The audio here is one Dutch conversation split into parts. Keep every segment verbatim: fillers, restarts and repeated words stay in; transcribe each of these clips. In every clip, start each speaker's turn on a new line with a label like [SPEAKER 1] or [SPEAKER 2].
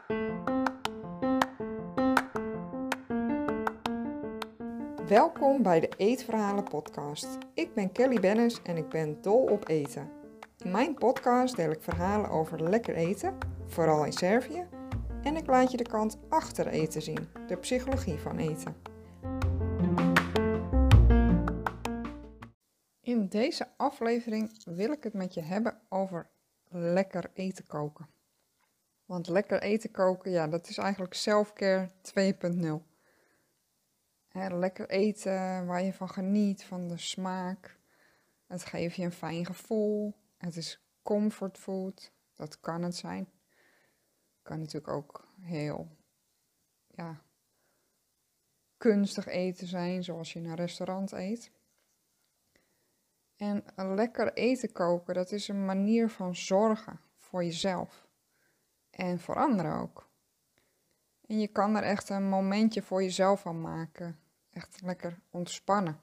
[SPEAKER 1] Welkom bij de Eetverhalen podcast. Ik ben Kelly Bennis en ik ben dol op eten. In mijn podcast deel ik verhalen over lekker eten, vooral in Servië. En ik laat je de kant achter eten zien, de psychologie van eten. In deze aflevering wil ik het met je hebben over lekker eten koken. Want lekker eten koken, ja, dat is eigenlijk selfcare twee punt nul. He, lekker eten waar je van geniet, van de smaak. Het geeft je een fijn gevoel. Het is comfortfood. Dat kan het zijn. Het kan natuurlijk ook heel ja, kunstig eten zijn, zoals je in een restaurant eet. En een lekker eten koken, dat is een manier van zorgen voor jezelf. En voor anderen ook. En je kan er echt een momentje voor jezelf van maken. Echt lekker ontspannen.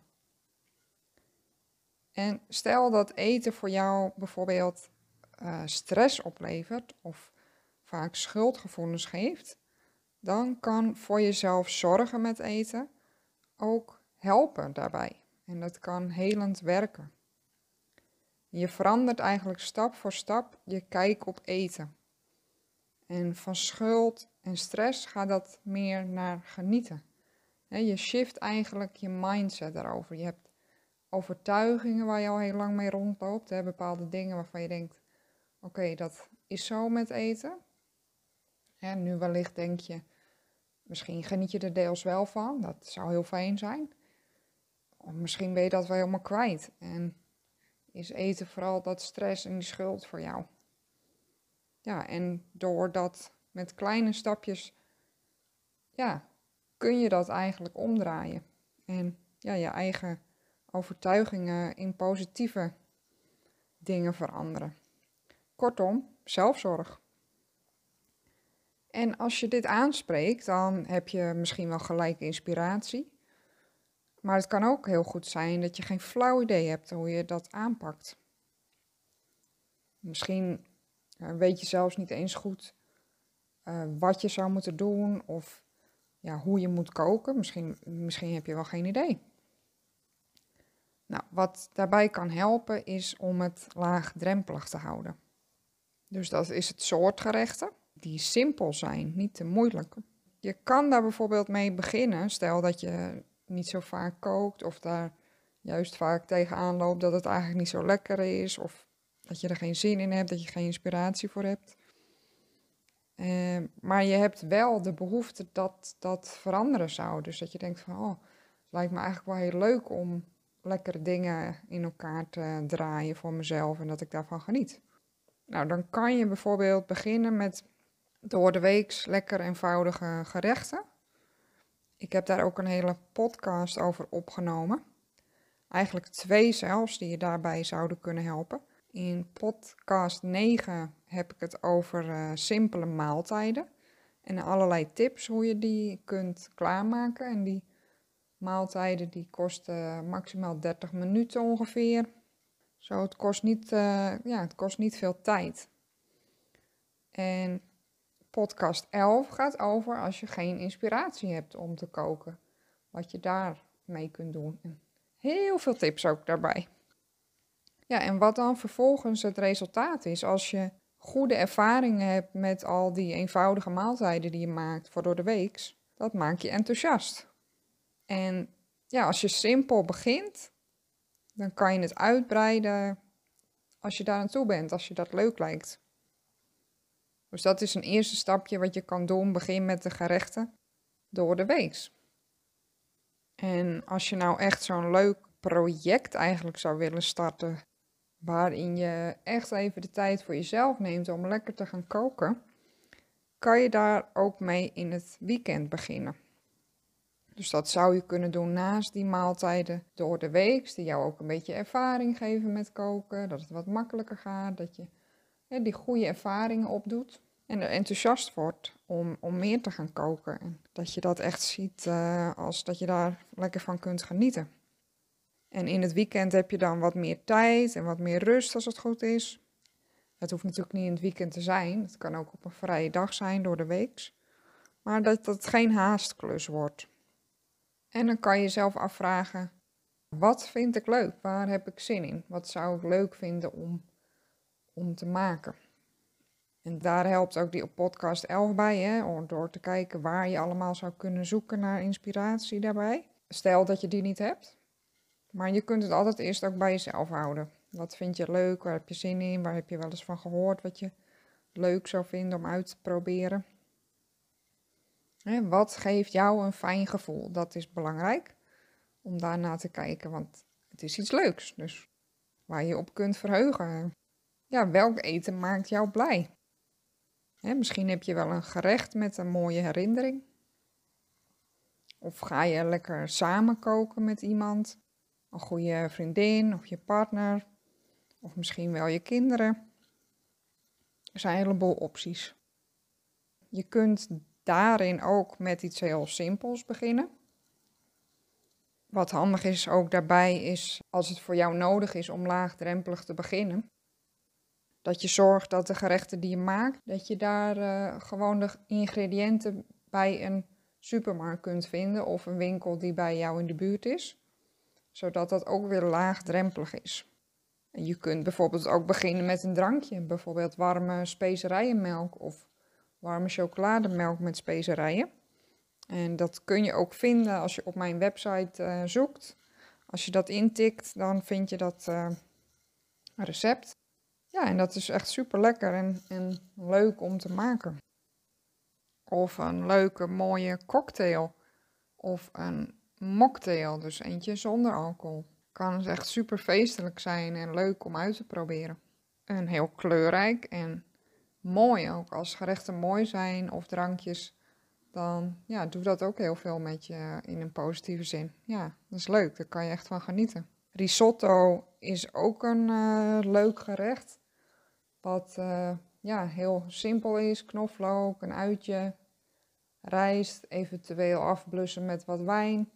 [SPEAKER 1] En stel dat eten voor jou bijvoorbeeld uh, stress oplevert of vaak schuldgevoelens geeft, dan kan voor jezelf zorgen met eten ook helpen daarbij. En dat kan helend werken. Je verandert eigenlijk stap voor stap je kijk op eten. En van schuld en stress gaat dat meer naar genieten. Je shift eigenlijk je mindset daarover. Je hebt overtuigingen waar je al heel lang mee rondloopt. Hè? Bepaalde dingen waarvan je denkt, oké, okay, dat is zo met eten. En nu wellicht denk je, misschien geniet je er deels wel van. Dat zou heel fijn zijn. Of misschien ben je dat wel helemaal kwijt. En is eten vooral dat stress en die schuld voor jou. Ja, en door dat met kleine stapjes, ja, kun je dat eigenlijk omdraaien. En ja, je eigen overtuigingen in positieve dingen veranderen. Kortom, zelfzorg. En als je dit aanspreekt, dan heb je misschien wel gelijk inspiratie. Maar het kan ook heel goed zijn dat je geen flauw idee hebt hoe je dat aanpakt. Misschien uh, weet je zelfs niet eens goed uh, wat je zou moeten doen of ja, hoe je moet koken. Misschien, misschien heb je wel geen idee. Nou, wat daarbij kan helpen is om het laagdrempelig te houden. Dus dat is het soort gerechten die simpel zijn, niet te moeilijk. Je kan daar bijvoorbeeld mee beginnen, stel dat je niet zo vaak kookt of daar juist vaak tegenaan loopt dat het eigenlijk niet zo lekker is of dat je er geen zin in hebt, dat je geen inspiratie voor hebt. Uh, maar je hebt wel de behoefte dat dat veranderen zou. Dus dat je denkt van, oh, het lijkt me eigenlijk wel heel leuk om lekkere dingen in elkaar te draaien voor mezelf en dat ik daarvan geniet. Nou, dan kan je bijvoorbeeld beginnen met door de weeks lekker eenvoudige gerechten. Ik heb daar ook een hele podcast over opgenomen. Eigenlijk twee zelfs, die je daarbij zouden kunnen helpen. In podcast negen heb ik het over uh, simpele maaltijden. En allerlei tips hoe je die kunt klaarmaken. En die maaltijden die kosten maximaal dertig minuten ongeveer. Zo, het kost niet, uh, ja, het kost niet veel tijd. En podcast elf gaat over als je geen inspiratie hebt om te koken. Wat je daar mee kunt doen. En heel veel tips ook daarbij. Ja, en wat dan vervolgens het resultaat is als je goede ervaringen hebt met al die eenvoudige maaltijden die je maakt voor door de weeks. Dat maakt je enthousiast. En ja, als je simpel begint, dan kan je het uitbreiden als je daar aan toe bent, als je dat leuk lijkt. Dus dat is een eerste stapje wat je kan doen. Begin met de gerechten door de weeks. En als je nou echt zo'n leuk project eigenlijk zou willen starten, waarin je echt even de tijd voor jezelf neemt om lekker te gaan koken, kan je daar ook mee in het weekend beginnen. Dus dat zou je kunnen doen naast die maaltijden door de week, die jou ook een beetje ervaring geven met koken, dat het wat makkelijker gaat, dat je ja, die goede ervaringen opdoet en er enthousiast wordt om, om meer te gaan koken. En dat je dat echt ziet uh, als dat je daar lekker van kunt genieten. En in het weekend heb je dan wat meer tijd en wat meer rust als het goed is. Het hoeft natuurlijk niet in het weekend te zijn. Het kan ook op een vrije dag zijn door de week. Maar dat het geen haastklus wordt. En dan kan je jezelf afvragen, wat vind ik leuk? Waar heb ik zin in? Wat zou ik leuk vinden om, om te maken? En daar helpt ook die podcast elf bij, hè? Om door te kijken waar je allemaal zou kunnen zoeken naar inspiratie daarbij. Stel dat je die niet hebt. Maar je kunt het altijd eerst ook bij jezelf houden. Wat vind je leuk? Waar heb je zin in? Waar heb je wel eens van gehoord wat je leuk zou vinden om uit te proberen? Hè, wat geeft jou een fijn gevoel? Dat is belangrijk om daarna te kijken, want het is iets leuks. Dus waar je op kunt verheugen. Ja, welk eten maakt jou blij? Hè, misschien heb je wel een gerecht met een mooie herinnering. Of ga je lekker samen koken met iemand. Een goede vriendin of je partner. Of misschien wel je kinderen. Er zijn een heleboel opties. Je kunt daarin ook met iets heel simpels beginnen. Wat handig is ook daarbij is, als het voor jou nodig is om laagdrempelig te beginnen, dat je zorgt dat de gerechten die je maakt, dat je daar uh, gewoon de ingrediënten bij een supermarkt kunt vinden of een winkel die bij jou in de buurt is, zodat dat ook weer laagdrempelig is. En je kunt bijvoorbeeld ook beginnen met een drankje, bijvoorbeeld warme specerijenmelk of warme chocolademelk met specerijen. En dat kun je ook vinden als je op mijn website uh, zoekt. Als je dat intikt, dan vind je dat uh, recept. Ja, en dat is echt super lekker en, en leuk om te maken. Of een leuke mooie cocktail. Of een mocktail, dus eentje zonder alcohol. Kan dus echt super feestelijk zijn en leuk om uit te proberen. En heel kleurrijk en mooi ook. Als gerechten mooi zijn of drankjes, dan ja, doe dat ook heel veel met je in een positieve zin. Ja, dat is leuk, daar kan je echt van genieten. Risotto is ook een uh, leuk gerecht. Wat uh, ja, heel simpel is. Knoflook, een uitje, rijst, eventueel afblussen met wat wijn.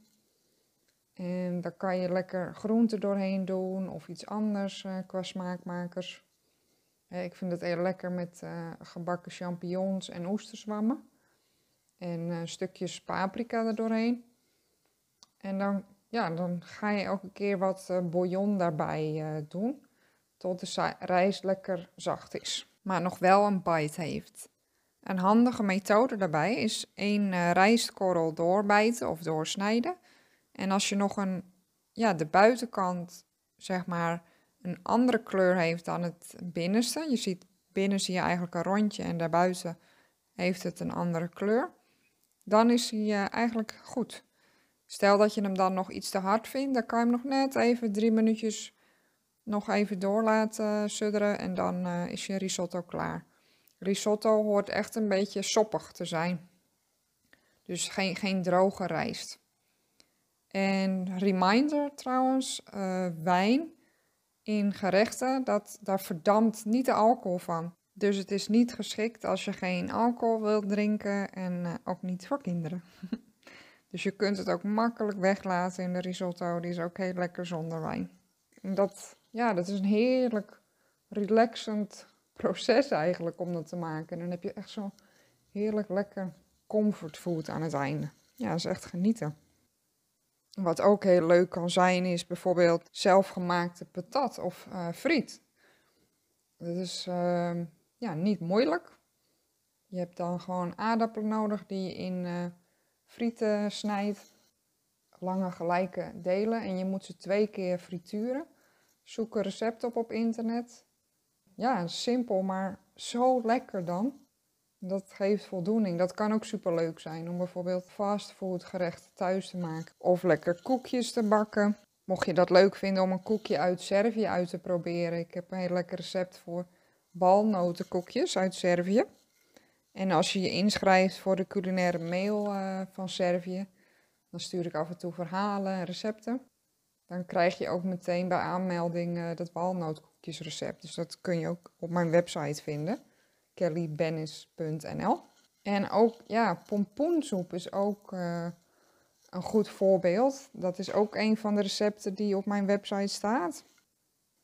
[SPEAKER 1] En daar kan je lekker groenten doorheen doen of iets anders uh, qua smaakmakers. Uh, ik vind het heel lekker met uh, gebakken champignons en oesterzwammen. En uh, stukjes paprika er doorheen. En dan, ja, dan ga je elke keer wat uh, bouillon daarbij uh, doen. Tot de rijst lekker zacht is. Maar nog wel een bite heeft. Een handige methode daarbij is één uh, rijstkorrel doorbijten of doorsnijden. En als je nog een, ja, de buitenkant, zeg maar, een andere kleur heeft dan het binnenste. Je ziet, binnen zie je eigenlijk een rondje en daarbuiten heeft het een andere kleur. Dan is hij uh, eigenlijk goed. Stel dat je hem dan nog iets te hard vindt, dan kan je hem nog net even drie minuutjes nog even door laten sudderen en dan uh, is je risotto klaar. Risotto hoort echt een beetje soppig te zijn. Dus geen, geen droge rijst. En reminder trouwens, uh, wijn in gerechten, dat, daar verdampt niet de alcohol van. Dus het is niet geschikt als je geen alcohol wilt drinken en uh, ook niet voor kinderen. Dus je kunt het ook makkelijk weglaten in de risotto, die is ook heel lekker zonder wijn. En dat, ja, dat is een heerlijk relaxend proces eigenlijk om dat te maken. En dan heb je echt zo'n heerlijk lekker comfortfood aan het einde. Ja, dat is echt genieten. Wat ook heel leuk kan zijn is bijvoorbeeld zelfgemaakte patat of uh, friet. Dat is uh, ja, niet moeilijk. Je hebt dan gewoon aardappelen nodig die je in uh, frieten snijdt. Lange gelijke delen en je moet ze twee keer frituren. Zoek een recept op op internet. Ja, simpel, maar zo lekker dan. Dat geeft voldoening. Dat kan ook superleuk zijn om bijvoorbeeld fastfood gerechten thuis te maken. Of lekker koekjes te bakken. Mocht je dat leuk vinden om een koekje uit Servië uit te proberen. Ik heb een heel lekker recept voor walnotenkoekjes uit Servië. En als je je inschrijft voor de culinaire mail uh, van Servië, dan stuur ik af en toe verhalen en recepten. Dan krijg je ook meteen bij aanmelding uh, dat walnootkoekjesrecept. Dus dat kun je ook op mijn website vinden. kelly bennis punt n l. En ook, ja, pompoensoep is ook uh, een goed voorbeeld. Dat is ook een van de recepten die op mijn website staat.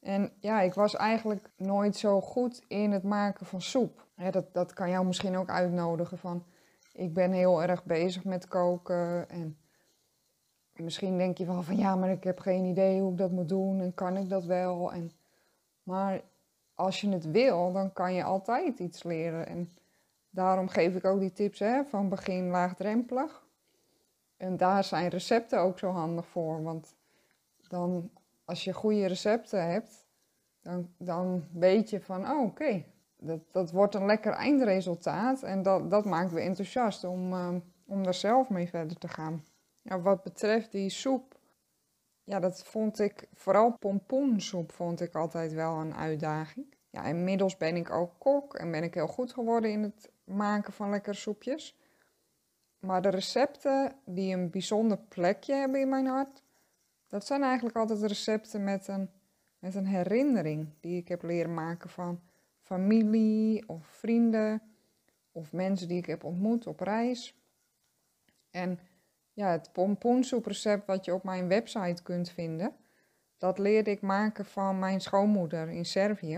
[SPEAKER 1] En ja, ik was eigenlijk nooit zo goed in het maken van soep. Ja, dat, dat kan jou misschien ook uitnodigen van, ik ben heel erg bezig met koken. En misschien denk je wel van, ja, maar ik heb geen idee hoe ik dat moet doen en kan ik dat wel. En, maar als je het wil, dan kan je altijd iets leren. En daarom geef ik ook die tips hè, van begin laagdrempelig. En daar zijn recepten ook zo handig voor. Want dan, als je goede recepten hebt, dan, dan weet je van, oh oké, okay, dat, dat wordt een lekker eindresultaat. En dat, dat maakt me enthousiast om, uh, om daar zelf mee verder te gaan. Ja, wat betreft die soep, ja, dat vond ik, vooral pompoensoep vond ik altijd wel een uitdaging. Ja, inmiddels ben ik ook kok en ben ik heel goed geworden in het maken van lekkere soepjes. Maar de recepten die een bijzonder plekje hebben in mijn hart, dat zijn eigenlijk altijd recepten met een, met een herinnering die ik heb leren maken van familie of vrienden of mensen die ik heb ontmoet op reis. En ja, het pompoensoeprecept wat je op mijn website kunt vinden, dat leerde ik maken van mijn schoonmoeder in Servië.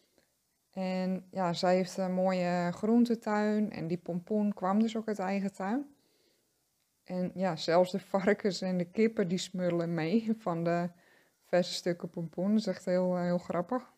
[SPEAKER 1] En ja, zij heeft een mooie groentetuin en die pompoen kwam dus ook uit eigen tuin. En ja, zelfs de varkens en de kippen die smullen mee van de verse stukken pompoen. Dat is echt heel, heel grappig.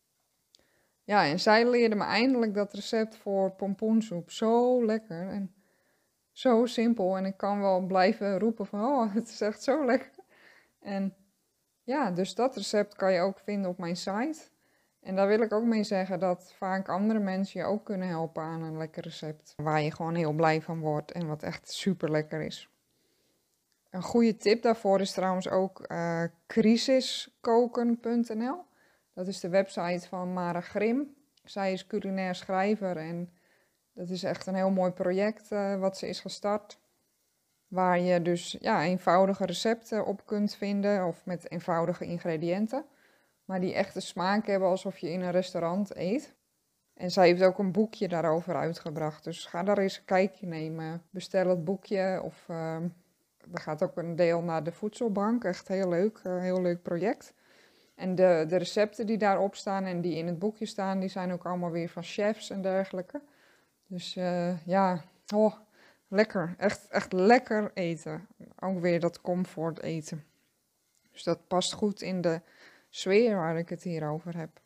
[SPEAKER 1] Ja, en zij leerde me eindelijk dat recept voor pompoensoep. Zo lekker en zo simpel. En ik kan wel blijven roepen van, oh, het is echt zo lekker. En ja, dus dat recept kan je ook vinden op mijn site. En daar wil ik ook mee zeggen dat vaak andere mensen je ook kunnen helpen aan een lekker recept. Waar je gewoon heel blij van wordt en wat echt super lekker is. Een goede tip daarvoor is trouwens ook uh, crisiskoken punt n l. Dat is de website van Mara Grim. Zij is culinair schrijver en dat is echt een heel mooi project uh, wat ze is gestart. Waar je dus ja, eenvoudige recepten op kunt vinden of met eenvoudige ingrediënten. Maar die echt de smaak hebben alsof je in een restaurant eet. En zij heeft ook een boekje daarover uitgebracht. Dus ga daar eens een kijkje nemen. Bestel het boekje of uh, er gaat ook een deel naar de voedselbank. Echt heel leuk, uh, heel leuk project. En de, de recepten die daarop staan en die in het boekje staan, die zijn ook allemaal weer van chefs en dergelijke. Dus uh, ja, oh, lekker. Echt, echt lekker eten. Ook weer dat comfort eten. Dus dat past goed in de sfeer waar ik het hier over heb.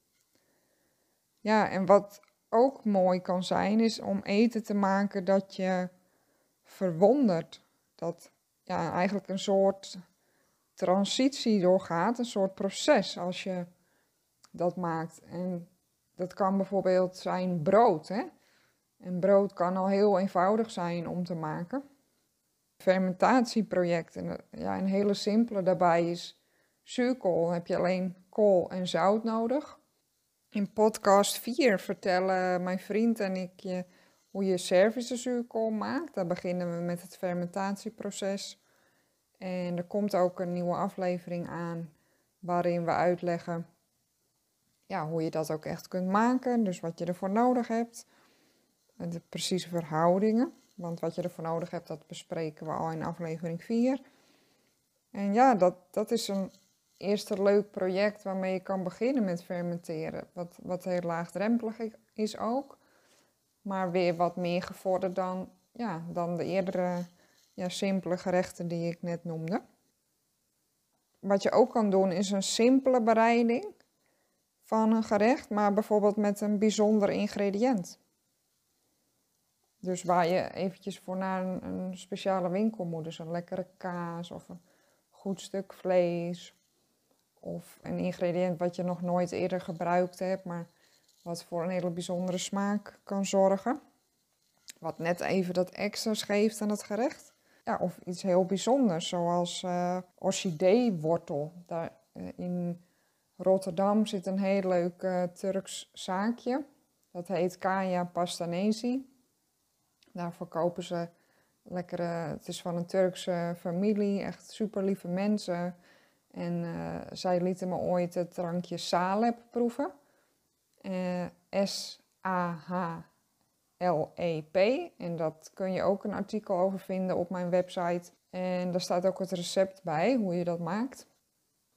[SPEAKER 1] Ja, en wat ook mooi kan zijn, is om eten te maken dat je verwondert. Dat ja, eigenlijk een soort transitie doorgaat, een soort proces als je dat maakt. En dat kan bijvoorbeeld zijn brood, hè. En brood kan al heel eenvoudig zijn om te maken. Fermentatieproject, en ja, een hele simpele daarbij is zuurkool. Dan heb je alleen kool en zout nodig. In podcast vier vertellen mijn vriend en ik je hoe je Servische zuurkool maakt. Daar beginnen we met het fermentatieproces. En er komt ook een nieuwe aflevering aan waarin we uitleggen ja, hoe je dat ook echt kunt maken. Dus wat je ervoor nodig hebt. De precieze verhoudingen. Want wat je ervoor nodig hebt, dat bespreken we al in aflevering vier. En ja, dat, dat is een eerste leuk project waarmee je kan beginnen met fermenteren. Wat, wat heel laagdrempelig is ook. Maar weer wat meer gevorderd dan, ja, dan de eerdere ja, simpele gerechten die ik net noemde. Wat je ook kan doen is een simpele bereiding van een gerecht, maar bijvoorbeeld met een bijzonder ingrediënt. Dus waar je eventjes voor naar een, een speciale winkel moet. Dus een lekkere kaas of een goed stuk vlees. Of een ingrediënt wat je nog nooit eerder gebruikt hebt, maar wat voor een hele bijzondere smaak kan zorgen. Wat net even dat extra's geeft aan het gerecht. Ja, of iets heel bijzonders, zoals uh, orchideewortel. Daar uh, in Rotterdam zit een heel leuk uh, Turks zaakje. Dat heet Kaya Pastanesi. Daar verkopen ze lekkere, het is van een Turkse familie, echt super lieve mensen. En uh, zij lieten me ooit het drankje Salep proeven. Uh, S A H L E P. En dat kun je ook een artikel over vinden op mijn website. En daar staat ook het recept bij, hoe je dat maakt.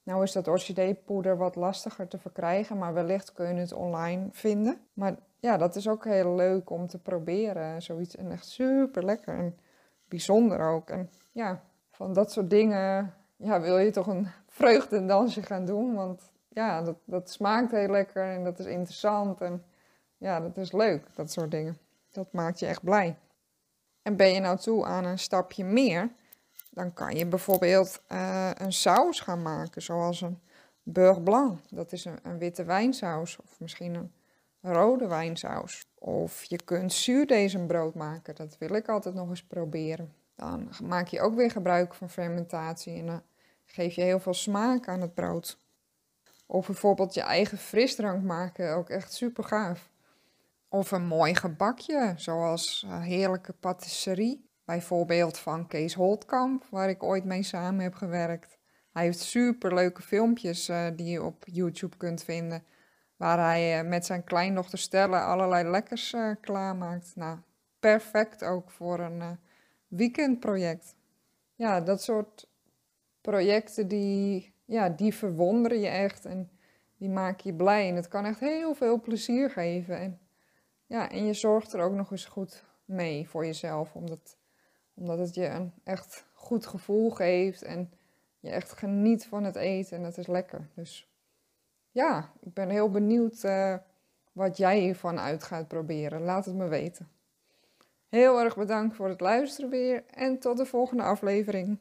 [SPEAKER 1] Nou is dat orchideepoeder wat lastiger te verkrijgen, maar wellicht kun je het online vinden. Maar ja, dat is ook heel leuk om te proberen. Zoiets en echt super lekker en bijzonder ook. En ja, van dat soort dingen ja, wil je toch een vreugdedansje gaan doen. Want ja, dat, dat smaakt heel lekker en dat is interessant. En ja, dat is leuk, dat soort dingen. Dat maakt je echt blij. En ben je nou toe aan een stapje meer, dan kan je bijvoorbeeld uh, een saus gaan maken, zoals een beurre blanc. Dat is een, een witte wijnsaus of misschien een rode wijnsaus. Of je kunt zuurdesembrood maken, dat wil ik altijd nog eens proberen. Dan maak je ook weer gebruik van fermentatie en dan geef je heel veel smaak aan het brood. Of bijvoorbeeld je eigen frisdrank maken, ook echt super gaaf. Of een mooi gebakje, zoals heerlijke patisserie. Bijvoorbeeld van Kees Holtkamp, waar ik ooit mee samen heb gewerkt. Hij heeft superleuke filmpjes uh, die je op YouTube kunt vinden. Waar hij uh, met zijn kleindochter Stella allerlei lekkers uh, klaarmaakt. Nou, perfect ook voor een uh, weekendproject. Ja, dat soort projecten die, ja, die verwonderen je echt en die maken je blij. En het kan echt heel veel plezier geven. En, ja, en je zorgt er ook nog eens goed mee voor jezelf, omdat, omdat het je een echt goed gevoel geeft en je echt geniet van het eten en het is lekker. Dus ja, ik ben heel benieuwd uh, wat jij hiervan uit gaat proberen. Laat het me weten. Heel erg bedankt voor het luisteren weer en tot de volgende aflevering.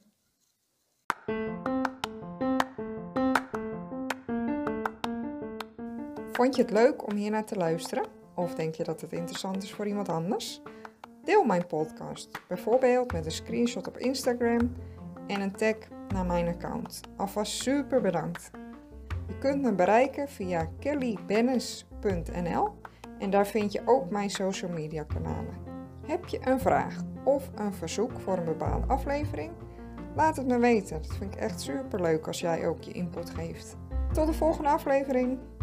[SPEAKER 1] Vond je het leuk om hiernaar te luisteren? Of denk je dat het interessant is voor iemand anders? Deel mijn podcast, bijvoorbeeld met een screenshot op Instagram en een tag naar mijn account. Alvast super bedankt. Je kunt me bereiken via kelly bennis punt n l en daar vind je ook mijn social media kanalen. Heb je een vraag of een verzoek voor een bepaalde aflevering? Laat het me weten. Dat vind ik echt super leuk als jij ook je input geeft. Tot de volgende aflevering.